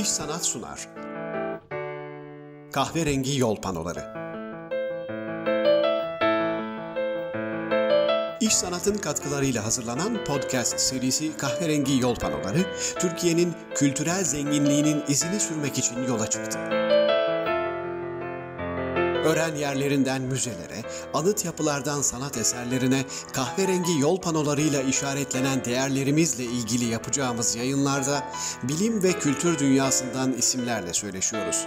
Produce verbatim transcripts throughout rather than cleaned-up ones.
İş Sanat sunar. Kahverengi Yol Panoları. İş Sanat'ın katkılarıyla hazırlanan podcast serisi Kahverengi Yol Panoları, Türkiye'nin kültürel zenginliğinin izini sürmek için yola çıktı. Öğren yerlerinden müzelere, anıt yapılardan sanat eserlerine, kahverengi yol panolarıyla işaretlenen değerlerimizle ilgili yapacağımız yayınlarda bilim ve kültür dünyasından isimlerle söyleşiyoruz.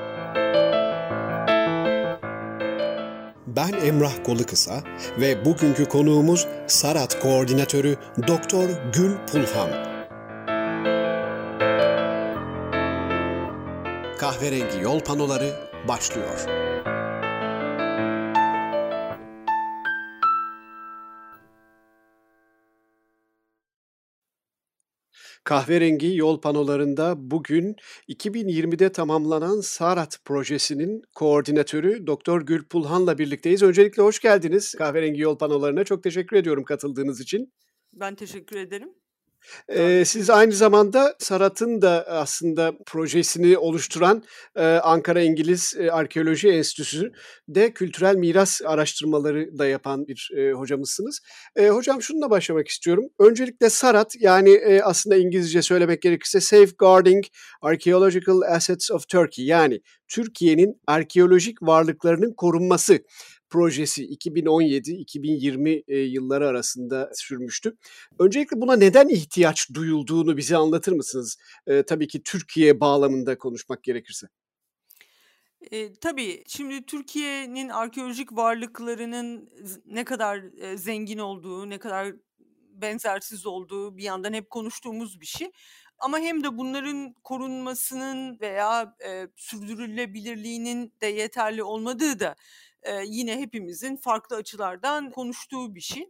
Ben Emrah Kolukısa ve bugünkü konuğumuz Sarat Koordinatörü Doktor Gül Pulhan. Kahverengi Yol Panoları başlıyor. Kahverengi Yol Panolarında bugün iki bin yirmide tamamlanan Sarat Projesi'nin koordinatörü Doktor Gül Pulhan'la birlikteyiz. Öncelikle hoş geldiniz Kahverengi Yol Panolarına. Çok teşekkür ediyorum katıldığınız için. Ben teşekkür ederim. Ee, siz aynı zamanda Sarat'ın da aslında projesini oluşturan e, Ankara İngiliz e, Arkeoloji Enstitüsü'de kültürel miras araştırmaları da yapan bir e, hocamızsınız. E, hocam şununla başlamak istiyorum. Öncelikle Sarat, yani e, aslında İngilizce söylemek gerekirse Safeguarding Archaeological Assets of Turkey, yani Türkiye'nin arkeolojik varlıklarının korunması projesi iki bin on yedi iki bin yirmi e, yılları arasında sürmüştü. Öncelikle buna neden ihtiyaç duyulduğunu bize anlatır mısınız? E, tabii ki Türkiye bağlamında konuşmak gerekirse. E, tabii şimdi Türkiye'nin arkeolojik varlıklarının ne kadar e, zengin olduğu, ne kadar benzersiz olduğu bir yandan hep konuştuğumuz bir şey. Ama hem de bunların korunmasının veya e, sürdürülebilirliğinin de yeterli olmadığı da e, yine hepimizin farklı açılardan konuştuğu bir şey.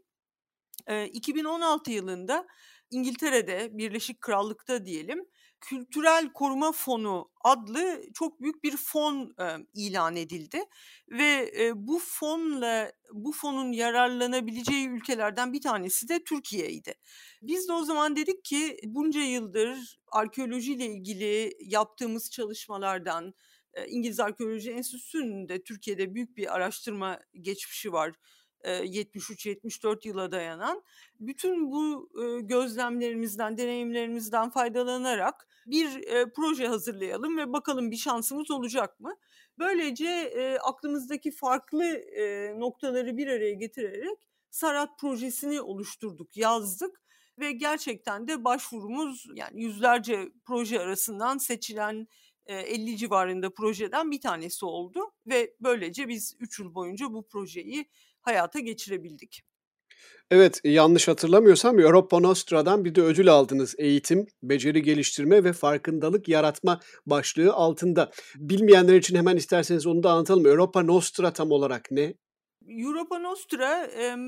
E, iki bin on altı yılında İngiltere'de, Birleşik Krallık'ta diyelim, Kültürel Koruma Fonu adlı çok büyük bir fon e, ilan edildi ve e, bu fonla bu fonun yararlanabileceği ülkelerden bir tanesi de Türkiye'ydi. Biz de o zaman dedik ki bunca yıldır arkeolojiyle ilgili yaptığımız çalışmalardan, e, İngiliz Arkeoloji Enstitüsü'nün de Türkiye'de büyük bir araştırma geçmişi var. yetmiş üç yetmiş dört yıla dayanan, bütün bu e, gözlemlerimizden, deneyimlerimizden faydalanarak bir e, proje hazırlayalım ve bakalım bir şansımız olacak mı? Böylece e, aklımızdaki farklı e, noktaları bir araya getirerek Sarat projesini oluşturduk, yazdık ve gerçekten de başvurumuz, yani yüzlerce proje arasından seçilen elli civarında projeden bir tanesi oldu ve böylece biz üç yıl boyunca bu projeyi hayata geçirebildik. Evet, yanlış hatırlamıyorsam Europa Nostra'dan bir de ödül aldınız. Eğitim, beceri geliştirme ve farkındalık yaratma başlığı altında. Bilmeyenler için hemen isterseniz onu da anlatalım. Europa Nostra tam olarak ne? Europa Nostra,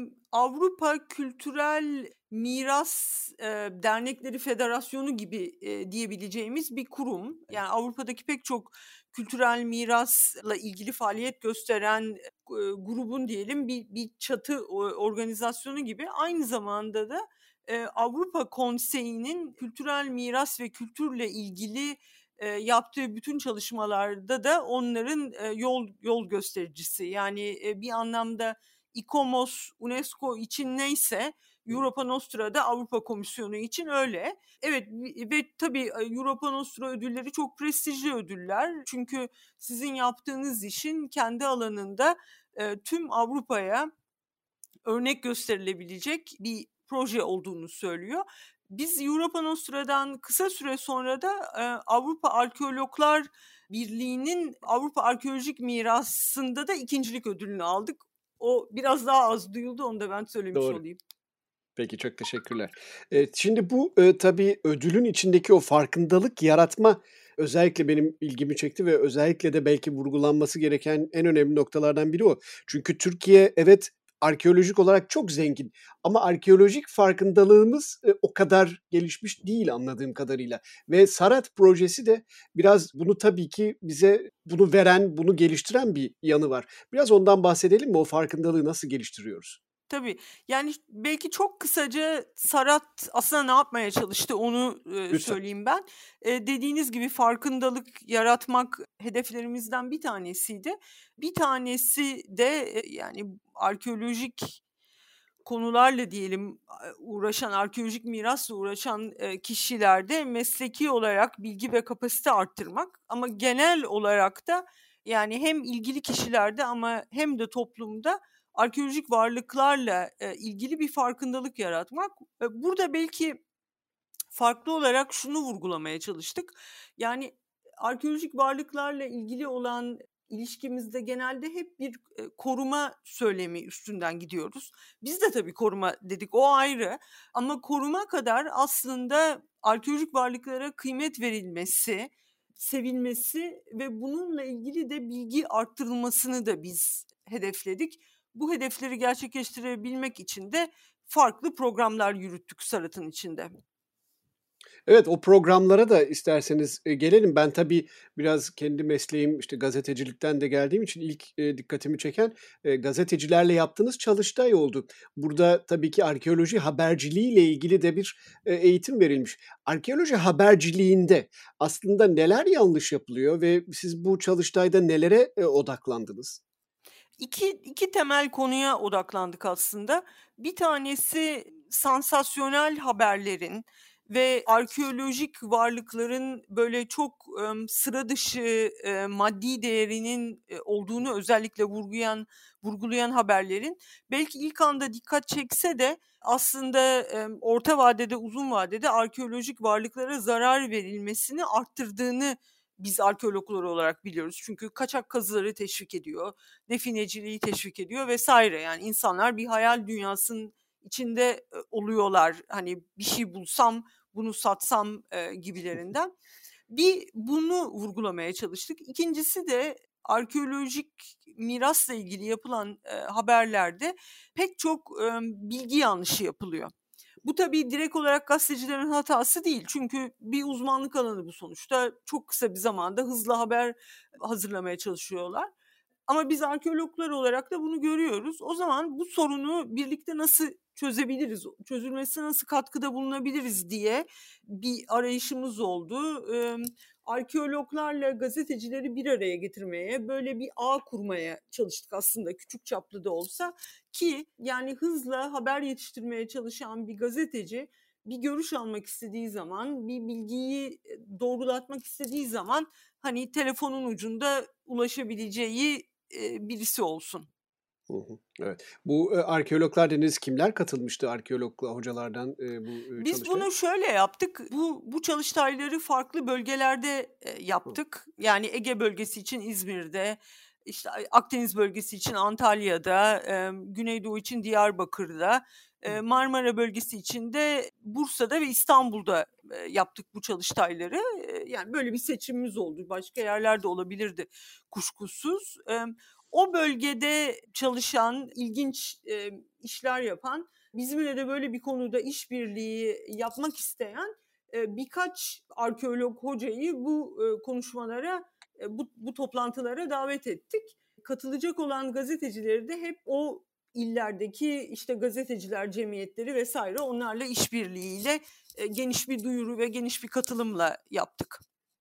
Avrupa Kültürel Miras Dernekleri Federasyonu gibi diyebileceğimiz bir kurum. Yani Avrupa'daki pek çok kültürel mirasla ilgili faaliyet gösteren grubun diyelim bir, bir çatı organizasyonu gibi, aynı zamanda da Avrupa Konseyi'nin kültürel miras ve kültürle ilgili E, yaptığı bütün çalışmalarda da onların e, yol yol göstericisi. Yani e, bir anlamda İKOMOS, UNESCO için neyse Europa Nostra'da Avrupa Komisyonu için öyle. Evet ve tabii Europa Nostra ödülleri çok prestijli ödüller. Çünkü sizin yaptığınız işin kendi alanında e, tüm Avrupa'ya örnek gösterilebilecek bir proje olduğunu söylüyor. Biz Europa Nostra'dan kısa süre sonra da e, Avrupa Arkeologlar Birliği'nin Avrupa Arkeolojik Mirası'nda da ikincilik ödülünü aldık. O biraz daha az duyuldu, onu da ben söylemiş Doğru. olayım. Peki, çok teşekkürler. Evet, şimdi bu e, tabii ödülün içindeki o farkındalık yaratma özellikle benim ilgimi çekti ve özellikle de belki vurgulanması gereken en önemli noktalardan biri o. Çünkü Türkiye evet arkeolojik olarak çok zengin ama arkeolojik farkındalığımız e, o kadar gelişmiş değil anladığım kadarıyla. Ve Sarat projesi de biraz bunu tabii ki bize bunu veren, bunu geliştiren bir yanı var. Biraz ondan bahsedelim mi? O farkındalığı nasıl geliştiriyoruz? Tabii. Yani, belki çok kısaca Sarat aslında ne yapmaya çalıştı onu, eee, Lütfen. söyleyeyim ben. Eee, dediğiniz gibi farkındalık yaratmak hedeflerimizden bir tanesiydi. Bir tanesi de, eee, yani, arkeolojik konularla diyelim, aaa, uğraşan, arkeolojik mirasla uğraşan, eee, kişilerde mesleki olarak bilgi ve kapasite arttırmak ama genel olarak da, yani, hem ilgili kişilerde ama hem de toplumda arkeolojik varlıklarla, eee, ilgili bir farkındalık yaratmak. Eee, burada belki farklı olarak şunu vurgulamaya çalıştık. Yani, arkeolojik varlıklarla ilgili olan ilişkimizde genelde hep bir, eee, koruma söylemi üstünden gidiyoruz. Biz de tabii koruma dedik, o ayrı ama koruma kadar aslında arkeolojik varlıklara kıymet verilmesi, sevilmesi ve bununla ilgili de bilgi arttırılmasını da biz hedefledik. Bu hedefleri gerçekleştirebilmek için de farklı programlar yürüttük Sarat'ın içinde. Evet, o programlara da isterseniz, eee, gelelim. Ben tabii biraz kendi mesleğim, işte, gazetecilikten de geldiğim için ilk, eee, dikkatimi çeken, eee, gazetecilerle yaptığınız çalıştay oldu. Burada tabii ki arkeoloji haberciliğiyle ilgili de bir, eee, eğitim verilmiş. Arkeoloji haberciliğinde aslında neler yanlış yapılıyor ve siz bu çalıştayda nelere, eee, odaklandınız? İki iki temel konuya odaklandık aslında. Bir tanesi sansasyonel haberlerin ve arkeolojik varlıkların böyle çok, emm, sıra dışı, eee, maddi değerinin, eee, olduğunu özellikle vurguyan vurgulayan haberlerin belki ilk anda dikkat çekse de aslında, emm, orta vadede, uzun vadede arkeolojik varlıklara zarar verilmesini arttırdığını biz arkeologlar olarak biliyoruz. Çünkü kaçak kazıları teşvik ediyor, defineciliği teşvik ediyor vesaire. Yani insanlar bir hayal dünyasının içinde, eee, oluyorlar. Hani bir şey bulsam, bunu satsam, eee, gibilerinden. Bir bunu vurgulamaya çalıştık. İkincisi de arkeolojik mirasla ilgili yapılan, eee, haberlerde pek çok, emm, bilgi yanlışı yapılıyor. Bu tabii direkt olarak gazetecilerin hatası değil. Çünkü bir uzmanlık alanı bu sonuçta. Çok kısa bir zamanda hızlı haber hazırlamaya çalışıyorlar. Ama biz arkeologlar olarak da bunu görüyoruz. O zaman bu sorunu birlikte nasıl çözebiliriz, çözülmesine nasıl katkıda bulunabiliriz diye bir arayışımız oldu. Emm, arkeologlarla gazetecileri bir araya getirmeye, böyle bir ağ kurmaya çalıştık aslında küçük çaplı da olsa ki yani hızla haber yetiştirmeye çalışan bir gazeteci bir görüş almak istediği zaman, bir bilgiyi, eee, doğrulatmak istediği zaman hani telefonun ucunda ulaşabileceği, eee, birisi olsun. Hı hı. Evet. Bu, eee, arkeologlar dediniz, kimler katılmıştı arkeolog hocalardan, eee, bu, eee, Biz çalıştaya? bunu şöyle yaptık. Bu bu çalıştayları farklı bölgelerde, eee, Hı. yaptık. Yani Ege bölgesi için İzmir'de, işte, Ay Akdeniz bölgesi için Antalya'da, emm, Güneydoğu için Diyarbakır'da, Hı. eee, Marmara bölgesi için de Bursa'da ve İstanbul'da, eee, yaptık bu çalıştayları. Eee, yani böyle bir seçimimiz oldu. Başka yerlerde olabilirdi kuşkusuz. Emm, o bölgede çalışan, ilginç, emm, işler yapan, bizimle de böyle bir konuda işbirliği yapmak isteyen, eee, birkaç arkeolog hocayı bu, eee, konuşmalara, eee, bu bu toplantılara davet ettik. Katılacak olan gazetecileri de hep o illerdeki, işte, gazeteciler cemiyetleri vesaire onlarla işbirliğiyle, eee, geniş bir duyuru ve geniş bir katılımla yaptık.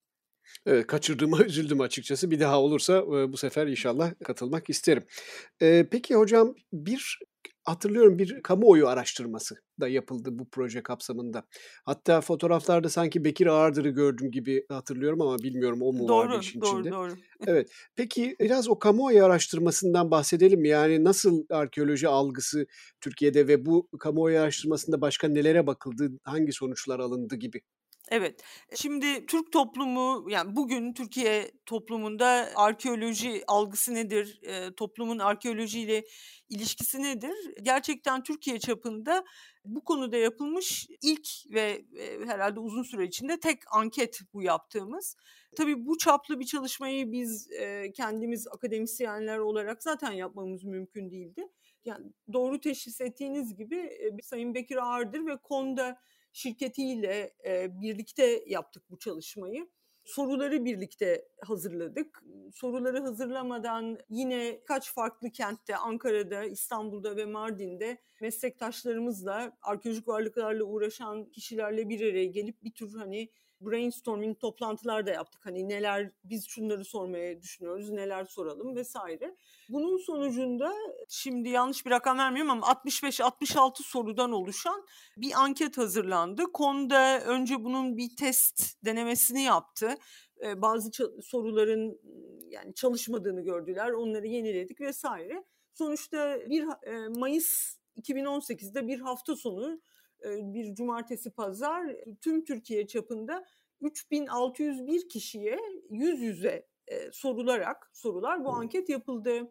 Evet, kaçırdığıma üzüldüm açıkçası. Bir daha olursa, eee, bu sefer inşallah katılmak isterim. Eee, peki hocam, bir hatırlıyorum, bir kamuoyu araştırması da yapıldı bu proje kapsamında. Hatta fotoğraflarda sanki Bekir Ağırdır'ı gördüm gibi hatırlıyorum ama bilmiyorum o mu vardı Doğru, işin doğru, içinde? doğru. Evet. Peki biraz o kamuoyu araştırmasından bahsedelim mi? Yani nasıl arkeoloji algısı Türkiye'de ve bu kamuoyu araştırmasında başka nelere bakıldı, hangi sonuçlar alındı gibi? Evet. Şimdi Türk toplumu, yani bugün Türkiye toplumunda arkeoloji algısı nedir? Eee, toplumun arkeolojiyle ilişkisi nedir? Gerçekten Türkiye çapında bu konuda yapılmış ilk ve, eee, herhâlde uzun süre içinde tek anket bu yaptığımız. Tabii bu çaplı bir çalışmayı biz, eee, kendimiz akademisyenler olarak zaten yapmamız mümkün değildi. Yani doğru teşhis ettiğiniz gibi, eee, Sayın Bekir Ağırdır ve KONDA şirketiyle, eee, birlikte yaptık bu çalışmayı. Soruları birlikte hazırladık. Soruları hazırlamadan yine kaç farklı kentte, Ankara'da, İstanbul'da ve Mardin'de meslektaşlarımızla, arkeolojik varlıklarla uğraşan kişilerle bir araya gelip bir tür hani brainstorming toplantılar da yaptık. Hani neler, biz şunları sormaya düşünüyoruz, neler soralım vesaire. Bunun sonucunda şimdi yanlış bir rakam vermiyorum ama altmış beş altmış altı sorudan oluşan bir anket hazırlandı. Konda önce bunun bir test denemesini yaptı. Ee, bazı ça- soruların yani çalışmadığını gördüler. Onları yeniledik vesaire. Sonuçta bir e, Mayıs iki bin on sekizde bir hafta sonu, e, bir cumartesi pazar tüm Türkiye çapında üç bin altı yüz bir kişiye yüz yüze e, sorularak sorular bu anket yapıldı.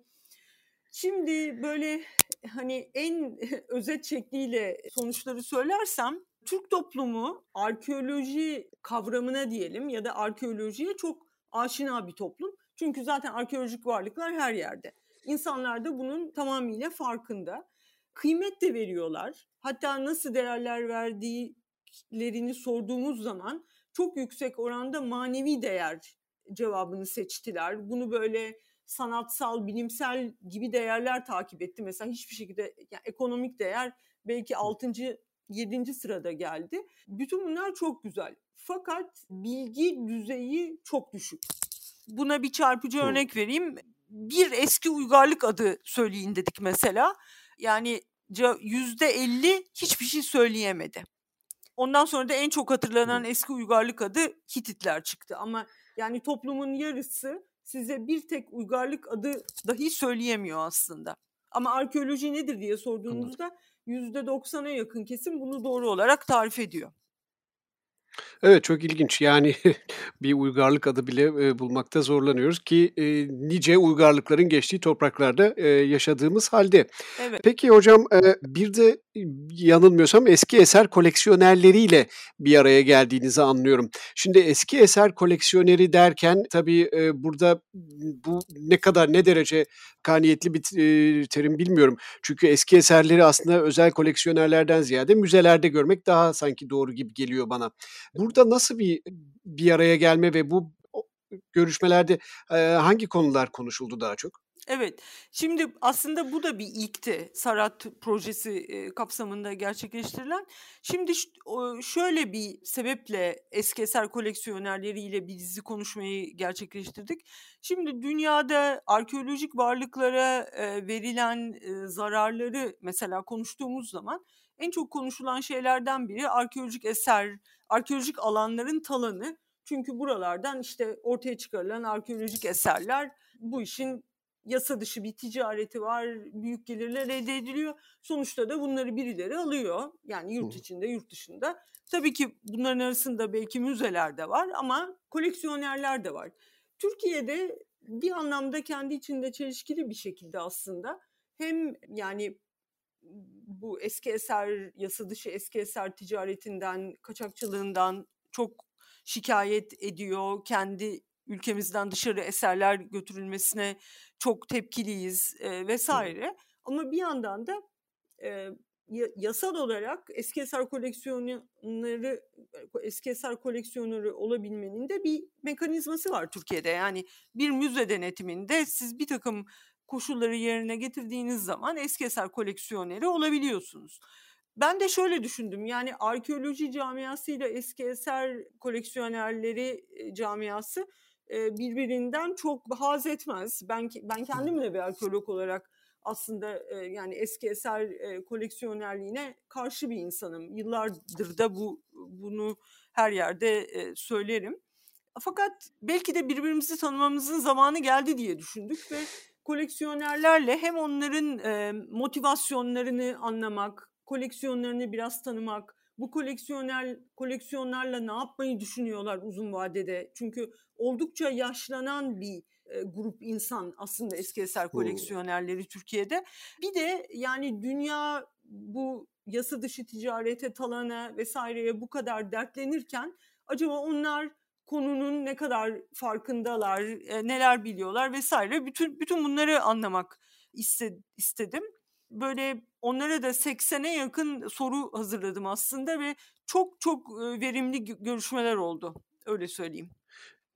Şimdi böyle hani en özet şekliyle sonuçları söylersem, Türk toplumu arkeoloji kavramına diyelim ya da arkeolojiye çok aşina bir toplum. Çünkü zaten arkeolojik varlıklar her yerde. İnsanlar da bunun tamamıyla farkında. Kıymet de veriyorlar. Hatta nasıl değerler verdiklerini sorduğumuz zaman çok yüksek oranda manevi değer cevabını seçtiler. Bunu böyle sanatsal, bilimsel gibi değerler takip etti. Mesela hiçbir şekilde yani ekonomik değer belki altıncı yedinci sırada geldi. Bütün bunlar çok güzel. Fakat bilgi düzeyi çok düşük. Buna bir çarpıcı Hı. örnek vereyim. Bir eski uygarlık adı söyleyin dedik mesela. Yani yüzde elli hiçbir şey söyleyemedi. Ondan sonra da en çok hatırlanan Hı. eski uygarlık adı Hititler çıktı. Ama yani toplumun yarısı size bir tek uygarlık adı dahi söyleyemiyor aslında. Ama arkeoloji nedir diye Anladım. sorduğunuzda yüzde doksana yakın kesim bunu doğru olarak tarif ediyor. Evet, çok ilginç. Yani bir uygarlık adı bile, eee, bulmakta zorlanıyoruz ki, eee, nice uygarlıkların geçtiği topraklarda, eee, yaşadığımız hâlde. Evet. Peki hocam, eee, bir de, yanılmıyorsam eski eser koleksiyonerleriyle bir araya geldiğinizi anlıyorum. Şimdi eski eser koleksiyoneri derken tabii, eee, burada bu ne kadar, ne derece hakkaniyetli bir t eee, terim bilmiyorum. Çünkü eski eserleri aslında özel koleksiyonerlerden ziyade müzelerde görmek daha sanki doğru gibi geliyor bana. Burada nasıl bir bir araya gelme ve bu o görüşmelerde, eee, hangi konular konuşuldu daha çok? Evet. Şimdi aslında bu da bir ilkti. Sarat projesi, eee, kapsamında gerçekleştirilen. Şimdi ş o şöyle bir sebeple eski eser koleksiyonerleriyle bir dizi konuşmayı gerçekleştirdik. Şimdi dünyada arkeolojik varlıklara, eee, verilen, eee, zararları mesela konuştuğumuz zaman en çok konuşulan şeylerden biri arkeolojik eser, arkeolojik alanların talanı. Çünkü buralardan işte ortaya çıkarılan arkeolojik eserler bu işin yasa dışı bir ticareti var, büyük gelirler elde ediliyor. Sonuçta da bunları birileri alıyor. Yani Hı yurt hı. içinde, yurt dışında. Tabii ki bunların arasında belki müzeler de var ama koleksiyonerler de var. Türkiye'de bir anlamda kendi içinde çelişkili bir şekilde aslında hem yani bu eski eser, yasa dışı eski eser ticaretinden, kaçakçılığından çok şikayet ediyor. Kendi ülkemizden dışarı eserler götürülmesine çok tepkiliyiz e, Hı. vesaire. Ama bir yandan da e, yasal olarak eski eser koleksiyonları eski eser koleksiyonları olabilmenin de bir mekanizması var Türkiye'de. Yani bir müze denetiminde siz bir takım koşulları yerine getirdiğiniz zaman eski eser koleksiyoneri olabiliyorsunuz. Ben de şöyle düşündüm, yani arkeoloji camiasıyla eski eser koleksiyonerleri e, camiası e, birbirinden çok haz etmez. Ben ben kendim de bir arkeolog olarak aslında e, yani eski eser e, koleksiyonerliğine karşı bir insanım. Yıllardır da bu bunu her yerde e, söylerim. Fakat belki de birbirimizi tanımamızın zamanı geldi diye düşündük ve koleksiyonerlerle hem onların e, motivasyonlarını anlamak, koleksiyonlarını biraz tanımak, bu koleksiyoner koleksiyonlarla ne yapmayı düşünüyorlar uzun vadede? Çünkü oldukça yaşlanan bir e, grup insan aslında eski eser Hı. koleksiyonerleri Türkiye'de. Bir de yani dünya bu yasa dışı ticarete, talana vesaireye bu kadar dertlenirken acaba onlar konunun ne kadar farkındalar, e, neler biliyorlar vesaire. Bütün bütün bunları anlamak iste, istedim. Böyle onlara da seksene yakın soru hazırladım aslında ve çok çok e, verimli görüşmeler oldu. Öyle söyleyeyim.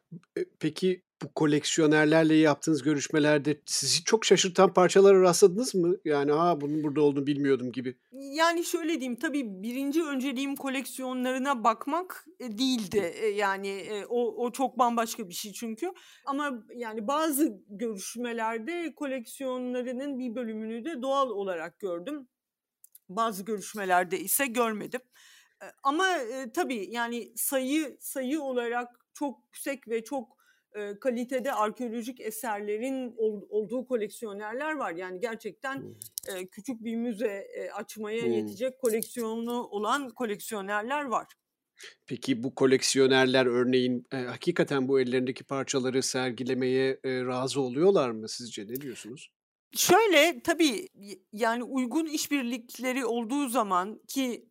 E, peki bu koleksiyonerlerle yaptığınız görüşmelerde sizi çok şaşırtan parçalara rastladınız mı? Yani, "A, bunun burada olduğunu bilmiyordum." gibi. Yani, şöyle diyeyim, tabii birinci önceliğim koleksiyonlarına bakmak, eee, Hı. değildi. Eee, yani, eee, o o çok bambaşka bir şey çünkü. Ama, yani, bazı görüşmelerde koleksiyonlarının bir bölümünü de doğal olarak gördüm. Bazı görüşmelerde ise görmedim. Eee, ama, eee, tabii, yani, sayı sayı olarak çok yüksek ve çok, eee, kalitede arkeolojik eserlerin ol olduğu koleksiyonerler var. Yani, gerçekten, Hıı. eee, küçük bir müze, eee, açmaya Hıı. yetecek koleksiyonu olan koleksiyonerler var. Peki bu koleksiyonerler örneğin, eee, hakikaten bu ellerindeki parçaları sergilemeye, eee, razı oluyorlar mı sizce? Ne diyorsunuz? Şöyle, tabii, y yani, uygun işbirlikleri olduğu zaman ki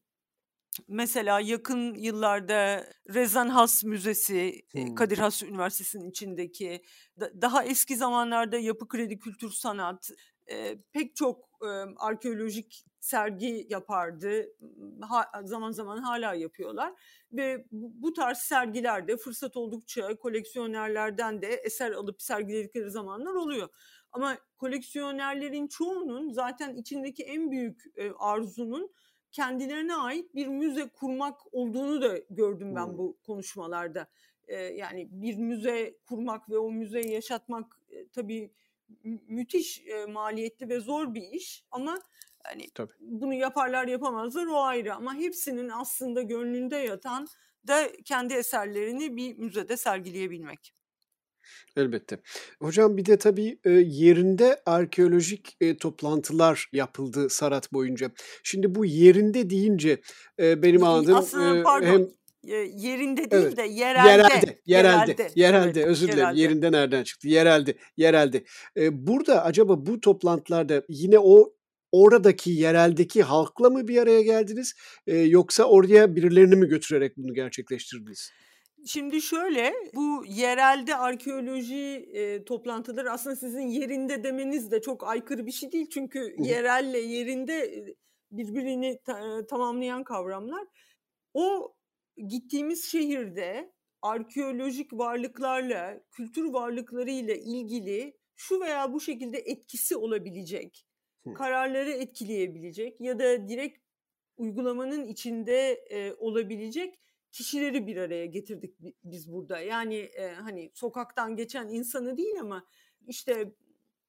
mesela yakın yıllarda Rezan Has Müzesi, eee, Hımm. Kadir Has Üniversitesi'nin içindeki, da daha eski zamanlarda Yapı Kredi Kültür Sanat, eee, pek çok, emm, arkeolojik sergi yapardı. Imm, ha zaman zaman hâlâ yapıyorlar ve bu bu tarz sergilerde fırsat oldukça koleksiyonerlerden de eser alıp sergiledikleri zamanlar oluyor. Ama koleksiyonerlerin çoğunun zaten içindeki en büyük, eee, arzunun kendilerine ait bir müze kurmak olduğunu da gördüm ben Hımm. bu konuşmalarda. Eee, yani bir müze kurmak ve o müzeyi yaşatmak, eee, tabii mü müthiş, eee, maliyetli ve zor bir iş ama, hani, Tabii. bunu yaparlar yapamazlar o ayrı ama hepsinin aslında gönlünde yatan da kendi eserlerini bir müzede sergileyebilmek. Elbette. Hocam bir de tabii, eee, yerinde arkeolojik, eee, toplantılar yapıldı Sarat boyunca. Şimdi bu yerinde deyince, eee, benim Y y anladığım, aslında eee, pardon, hem eee, yerinde değil evet, de yerelde, yerelde, yerelde, yerelde. Evet, yerelde, özür dilerim. yerelde. Yerinde nereden çıktı? Yerelde, yerelde. Eee, burada acaba bu toplantılarda yine o oradaki yereldeki halkla mı bir araya geldiniz, eee, yoksa oraya birilerini mi götürerek bunu gerçekleştirdiniz? Şimdi şöyle, bu yerelde arkeoloji, eee, toplantıları aslında sizin yerinde demeniz de çok aykırı bir şey değil. Çünkü Hı hı. yerelle yerinde, eee, birbirini ta eee, tamamlayan kavramlar. O gittiğimiz şehirde arkeolojik varlıklarla, kültür varlıklarıyla ilgili şu veya bu şekilde etkisi olabilecek, Hı. kararları etkileyebilecek ya da direkt uygulamanın içinde, eee, olabilecek kişileri bir araya getirdik bi biz burada. Yani, eee, hani, sokaktan geçen insanı değil ama, işte,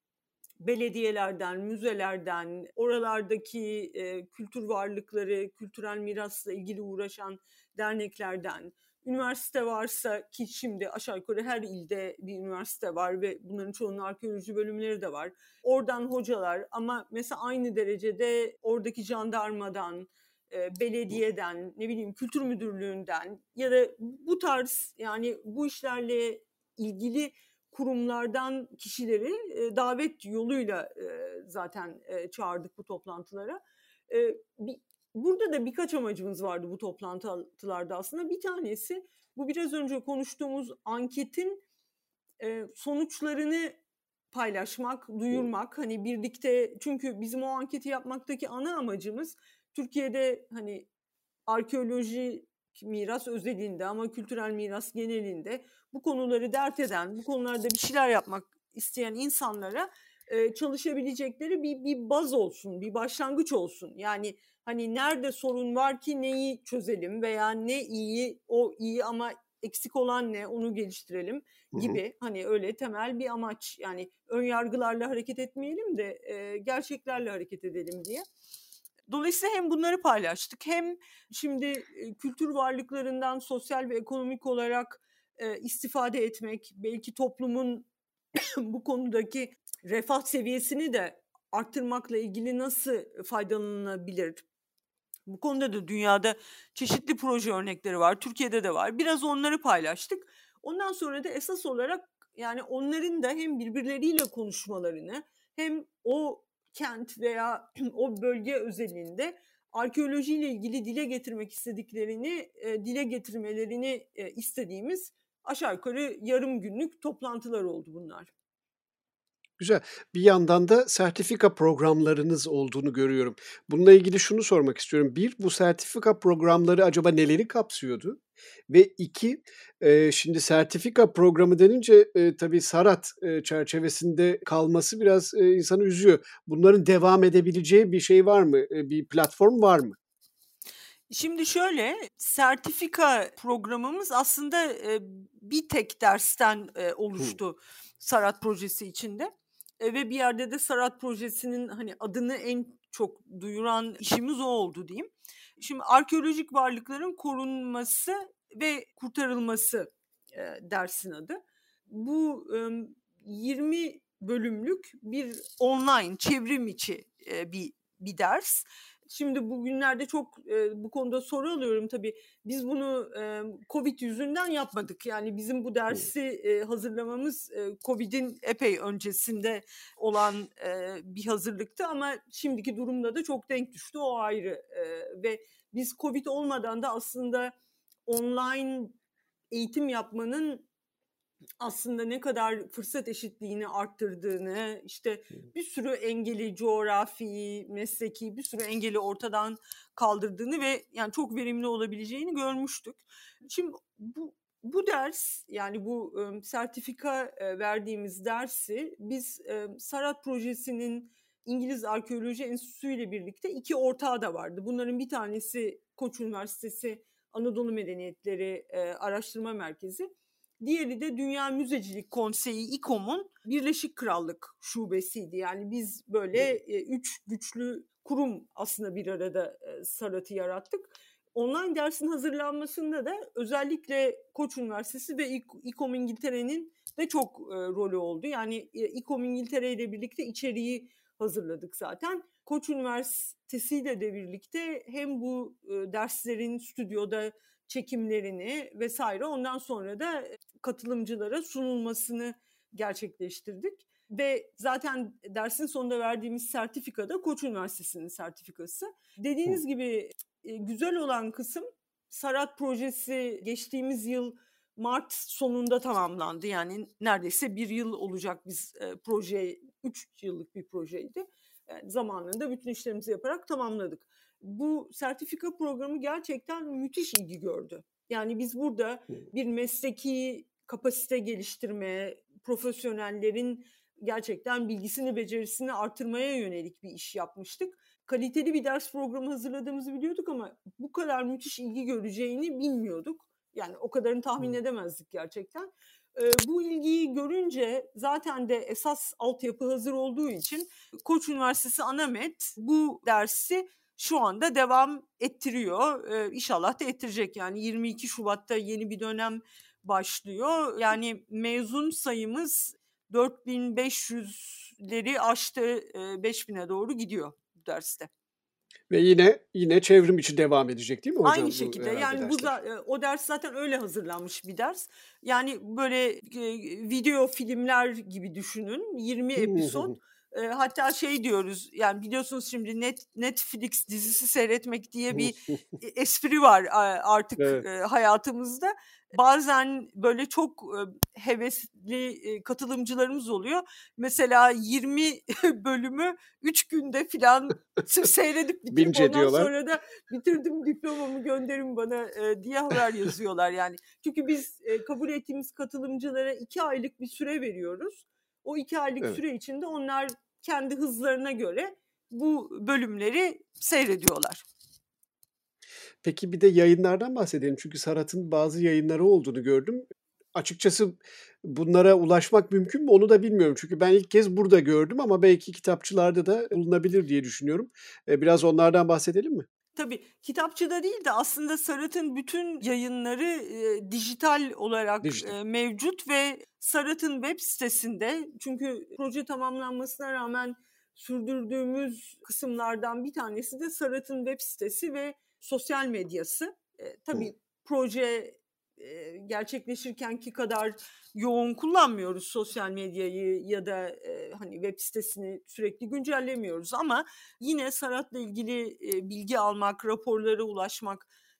belediyelerden, müzelerden, oralardaki, eee, kültür varlıkları, kültürel mirasla ilgili uğraşan derneklerden, üniversite varsa ki şimdi aşağı yukarı her ilde bir üniversite var ve bunların çoğunun arkeoloji bölümleri de var. Oradan hocalar ama mesela aynı derecede oradaki jandarmadan, eee, belediyeden, ne bileyim kültür müdürlüğünden ya da bu tarz yani bu işlerle ilgili kurumlardan kişileri, eee, davet yoluyla, eee, zaten, eee, çağırdık bu toplantılara. Eee, bi burada da birkaç amacımız vardı bu toplantılarda aslında. Bir tanesi bu biraz önce konuştuğumuz anketin, eee, sonuçlarını paylaşmak, Hı. duyurmak. Hani birlikte çünkü bizim o anketi yapmaktaki ana amacımız Türkiye'de, hani, arkeolojik miras özelinde ama kültürel miras genelinde bu konuları dert eden, bu konularda bir şeyler yapmak isteyen insanlara, eee, çalışabilecekleri bir bir baz olsun, bir başlangıç olsun. Yani, hani, nerede sorun var ki neyi çözelim veya ne iyi, o iyi ama eksik olan ne, onu geliştirelim Hı hı. gibi, hani, öyle temel bir amaç. Yani ön yargılarla hareket etmeyelim de, eee, gerçeklerle hareket edelim diye. Dolayısıyla hem bunları paylaştık hem şimdi, eee, kültür varlıklarından sosyal ve ekonomik olarak, eee, istifade etmek, belki toplumun bu konudaki refah seviyesini de arttırmakla ilgili nasıl faydalanılabilir? Bu konuda da dünyada çeşitli proje örnekleri var, Türkiye'de de var. Biraz onları paylaştık. Ondan sonra da esas olarak, yani, onların da hem birbirleriyle konuşmalarını hem o kent veya o bölge özelinde arkeolojiyle ilgili dile getirmek istediklerini, eee, dile getirmelerini, eee, istediğimiz aşağı yukarı yarım günlük toplantılar oldu bunlar. Güzel. Bir yandan da sertifika programlarınız olduğunu görüyorum. Bununla ilgili şunu sormak istiyorum. Bir, bu sertifika programları acaba neleri kapsıyordu? Ve iki, eee, şimdi sertifika programı denince, eee, tabii Sarat, eee, çerçevesinde kalması biraz, eee, insanı üzüyor. Bunların devam edebileceği bir şey var mı? Eee, bir platform var mı? Şimdi şöyle, sertifika programımız aslında, eee, bir tek dersten, eee, Hıı. oluştu Sarat projesi içinde, eee, ve bir yerde de Sarat projesinin, hani, adını en çok duyuran işimiz o oldu diyeyim. Şimdi arkeolojik varlıkların korunması ve kurtarılması, eee, dersin adı. Bu, ımm, yirmi bölümlük bir online çevrim içi, eee, bir bir ders. Şimdi bugünlerde çok, eee, bu konuda soru alıyorum tabii. Biz bunu, emm, Covid yüzünden yapmadık. Yani bizim bu Hı. dersi, eee, hazırlamamız, eee, Covid'in epey öncesinde olan, eee, bir hazırlıktı ama şimdiki durumla da çok denk düştü, o ayrı. Eee, ve biz Covid olmadan da aslında online eğitim yapmanın aslında ne kadar fırsat eşitliğini arttırdığını, işte, Hı. bir sürü engeli, coğrafi, mesleki bir sürü engeli ortadan kaldırdığını ve yani çok verimli olabileceğini görmüştük. Şimdi bu bu ders, yani bu, ımm, sertifika, eee, verdiğimiz dersi biz, emm, Sarat Projesi'nin İngiliz Arkeoloji Enstitüsü ile birlikte iki ortağı da vardı. Bunların bir tanesi Koç Üniversitesi Anadolu Medeniyetleri, eee, Araştırma Merkezi. Diğeri de Dünya Müzecilik Konseyi İKOM'un Birleşik Krallık şubesiydi. Yani biz böyle, eee, üç güçlü kurum aslında bir arada, eee, Sarat'ı yarattık. Online dersin hazırlanmasında da özellikle Koç Üniversitesi ve İK İKOM İngiltere'nin de çok, eee, rolü oldu. Yani, eee, İKOM İngiltere ile birlikte içeriği hazırladık zaten. Koç Üniversitesi ile de birlikte hem bu, ııı, derslerin stüdyoda çekimlerini vesaire ondan sonra da katılımcılara sunulmasını gerçekleştirdik ve zaten dersin sonunda verdiğimiz sertifika da Koç Üniversitesi'nin sertifikası. Hı. Dediğiniz gibi, eee, güzel olan kısım Sarat projesi geçtiğimiz yıl mart sonunda tamamlandı. Yani neredeyse bir yıl olacak biz, eee, proje üç yıllık bir projeydi. Yani zamanında bütün işlerimizi yaparak tamamladık. Bu sertifika programı gerçekten müthiş ilgi gördü. Yani biz burada Hı. bir mesleki kapasite geliştirme, profesyonellerin gerçekten bilgisini, becerisini artırmaya yönelik bir iş yapmıştık. Kaliteli bir ders programı hazırladığımızı biliyorduk ama bu kadar müthiş ilgi göreceğini bilmiyorduk. Yani o kadarını tahmin Hı. edemezdik gerçekten. Eee, bu ilgiyi görünce zaten de esas altyapı hazır olduğu için Koç Üniversitesi ANAMET bu dersi şu anda devam ettiriyor. Eee, inşallah da ettirecek. Yani yirmi iki Şubat'ta yeni bir dönem başlıyor. Yani mezun sayımız dört bin beş yüzleri aştı, eee, beş bine doğru gidiyor bu derste. Ve yine yine çevrim içi devam edecek değil mi Aynı hocam bu şekilde herhâlde yani bu dersler? za eee, o ders zaten öyle hazırlanmış bir ders. Yani böyle, eee, video filmler gibi düşünün. yirmi Hı hı, hı episod. hı. Eee, hatta şey diyoruz, yani biliyorsunuz şimdi net Netflix dizisi seyretmek diye bir e espri var, aaa, artık, Evet. eee, hayatımızda. Bazen böyle çok, eee, hevesli, eee, katılımcılarımız oluyor. Mesela yirmi bölümü üç günde filan sırf seyredip bitirip Binge ondan ediyorlar. sonra da "Bitirdim, diplomamı gönderin bana." eee, diye haber yazıyorlar yani. Çünkü biz, eee, kabul ettiğimiz katılımcılara iki aylık bir süre veriyoruz. O iki aylık Evet. süre içinde onlar kendi hızlarına göre bu bölümleri seyrediyorlar. Peki bir de yayınlardan bahsedelim. Çünkü Sarat'ın bazı yayınları olduğunu gördüm. Açıkçası bunlara ulaşmak mümkün mü onu da bilmiyorum. Çünkü ben ilk kez burada gördüm ama belki kitapçılarda da bulunabilir diye düşünüyorum. Eee, biraz onlardan bahsedelim mi? Tabii, kitapçıda değil de aslında Sarat'ın bütün yayınları, eee, dijital olarak, Dijital. eee, mevcut ve Sarat'ın web sitesinde çünkü proje tamamlanmasına rağmen sürdürdüğümüz kısımlardan bir tanesi de Sarat'ın web sitesi ve sosyal medyası. Eee, Hı. tabii proje, eee, gerçekleşirkenki kadar yoğun kullanmıyoruz sosyal medyayı ya da, eee, hani, web sitesini sürekli güncellemiyoruz ama yine Sarat'la ilgili, eee, bilgi almak, raporlara ulaşmak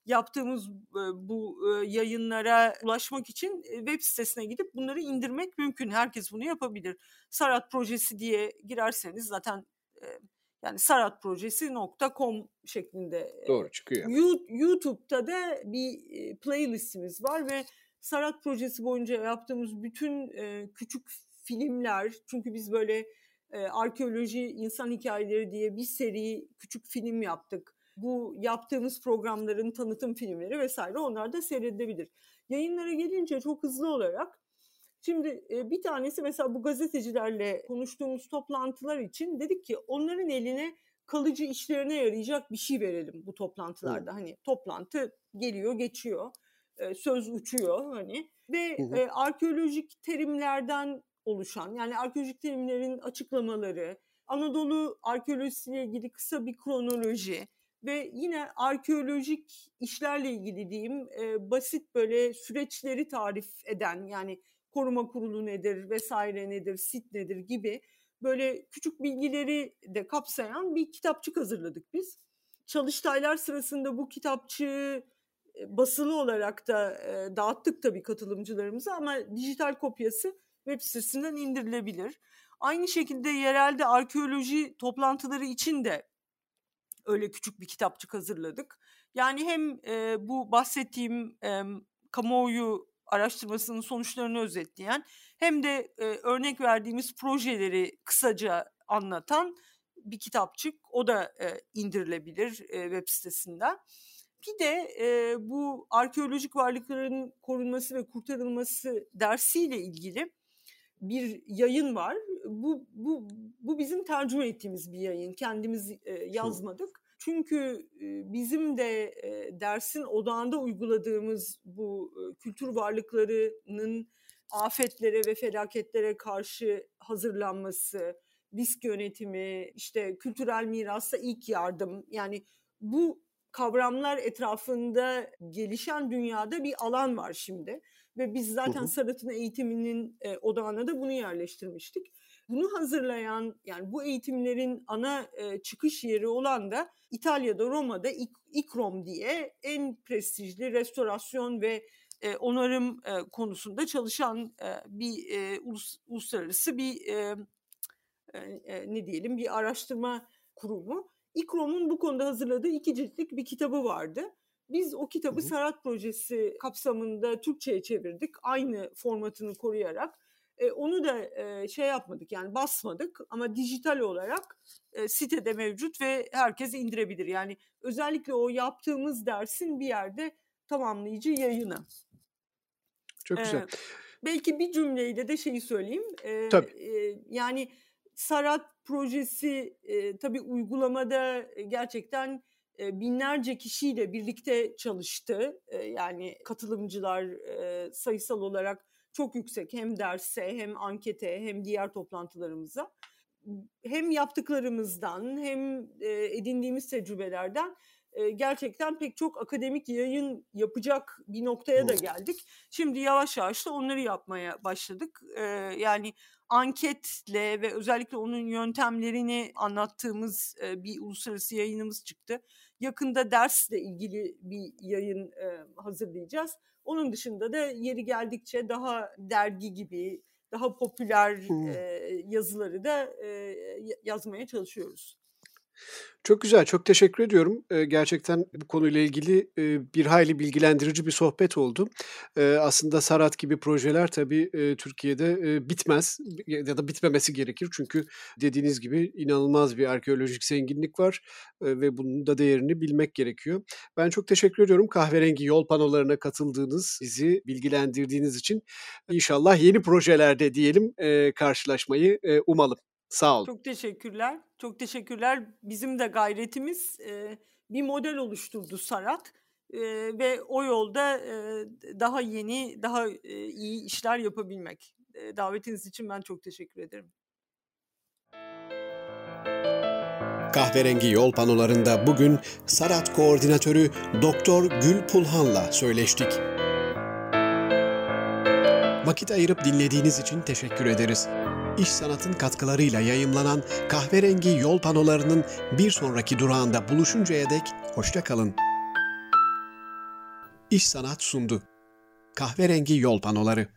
yaptığımız e, bu e, yayınlara ulaşmak için e, web sitesine gidip bunları indirmek mümkün. Herkes bunu yapabilir. Sarat Projesi diye girerseniz zaten e, yani saratprojesi nokta com şeklinde. Doğru çıkıyor. YouTube'da da bir playlistimiz var ve Sarat Projesi boyunca yaptığımız bütün e, küçük filmler, çünkü biz böyle e, arkeoloji, insan hikayeleri diye bir seri küçük film yaptık. Bu yaptığımız programların tanıtım filmleri vesaire, onlar da seyredilebilir. Yayınlara gelince çok hızlı olarak, şimdi e, bir tanesi mesela bu gazetecilerle konuştuğumuz toplantılar için dedik ki onların eline kalıcı işlerine yarayacak bir şey verelim bu toplantılarda. Hı. Hani toplantı geliyor geçiyor, e, söz uçuyor hani ve hı hı. E, arkeolojik terimlerden oluşan, yani arkeolojik terimlerin açıklamaları, Anadolu arkeolojisiyle ilgili kısa bir kronoloji ve yine arkeolojik işlerle ilgili diyeyim e, basit böyle süreçleri tarif eden, yani koruma kurulu nedir vesaire nedir, sit nedir gibi böyle küçük bilgileri de kapsayan bir kitapçık hazırladık biz. Çalıştaylar sırasında bu kitapçığı basılı olarak da e, dağıttık tabii katılımcılarımıza, ama dijital kopyası web sitesinden indirilebilir. Aynı şekilde yerelde arkeoloji toplantıları için de öyle küçük bir kitapçık hazırladık. Yani hem e, bu bahsettiğim e, kamuoyu araştırmasının sonuçlarını özetleyen hem de e, örnek verdiğimiz projeleri kısaca anlatan bir kitapçık. O da e, indirilebilir e, web sitesinden. Bir de e, bu arkeolojik varlıkların korunması ve kurtarılması dersiyle ilgili bir yayın var. Bu bu bu bizim tercüme ettiğimiz bir yayın. Kendimiz e, yazmadık. Çünkü e, bizim de e, dersin odağında uyguladığımız bu e, kültür varlıklarının afetlere ve felaketlere karşı hazırlanması, risk yönetimi, işte kültürel mirasa ilk yardım, yani bu kavramlar etrafında gelişen dünyada bir alan var şimdi. Ve biz zaten hı hı. Sarat'ın eğitiminin e, odağına da bunu yerleştirmiştik. Bunu hazırlayan, yani bu eğitimlerin ana e, çıkış yeri olan da İtalya'da, Roma'da İk- İkrom diye en prestijli restorasyon ve e, onarım e, konusunda çalışan e, bir e, ulus, uluslararası bir e, e, ne diyelim bir araştırma kurumu. İkrom'un bu konuda hazırladığı iki ciltlik bir kitabı vardı. Biz o kitabı hı hı. Sarat Projesi kapsamında Türkçe'ye çevirdik. Aynı formatını koruyarak. E, onu da e, şey yapmadık, yani basmadık, ama dijital olarak e, sitede mevcut ve herkes indirebilir. Yani özellikle o yaptığımız dersin bir yerde tamamlayıcı yayını. Çok güzel. E, belki bir cümleyle de şeyi söyleyeyim. E, Tabii. E, yani Sarat Projesi e, tabii uygulamada gerçekten e, binlerce kişiyle birlikte çalıştı. E, yani katılımcılar e, sayısal olarak çok yüksek, hem derse hem ankete hem diğer toplantılarımıza. Hem yaptıklarımızdan hem e, edindiğimiz tecrübelerden e, gerçekten pek çok akademik yayın yapacak bir noktaya da geldik. Şimdi yavaş yavaş da onları yapmaya başladık. E, yani anketle ve özellikle onun yöntemlerini anlattığımız e, bir uluslararası yayınımız çıktı. Yakında dersle ilgili bir yayın e, hazırlayacağız. Onun dışında da yeri geldikçe daha dergi gibi, daha popüler hmm. e, yazıları da e, yazmaya çalışıyoruz. Çok güzel, çok teşekkür ediyorum. Eee, gerçekten bu konuyla ilgili eee, bir hayli bilgilendirici bir sohbet oldu. Eee, aslında Sarat gibi projeler tabii eee, Türkiye'de eee, bitmez ya da bitmemesi gerekir. Çünkü dediğiniz gibi inanılmaz bir arkeolojik zenginlik var eee, ve bunun da değerini bilmek gerekiyor. Ben çok teşekkür ediyorum kahverengi yol panolarına katıldığınız, bizi bilgilendirdiğiniz için. İnşallah yeni projelerde diyelim eee, karşılaşmayı eee, umalım. Sağ olun. Çok teşekkürler. Çok teşekkürler. Bizim de gayretimiz e, bir model oluşturdu Sarat e, ve o yolda e, daha yeni, daha e, iyi işler yapabilmek. E, davetiniz için ben çok teşekkür ederim. Kahverengi yol panolarında bugün Sarat Koordinatörü Doktor Gül Pulhan'la söyleştik. Vakit ayırıp dinlediğiniz için teşekkür ederiz. İş Sanat'ın katkılarıyla yayımlanan kahverengi yol panolarının bir sonraki durağında buluşuncaya dek hoşça kalın. İş Sanat sundu. Kahverengi yol panoları.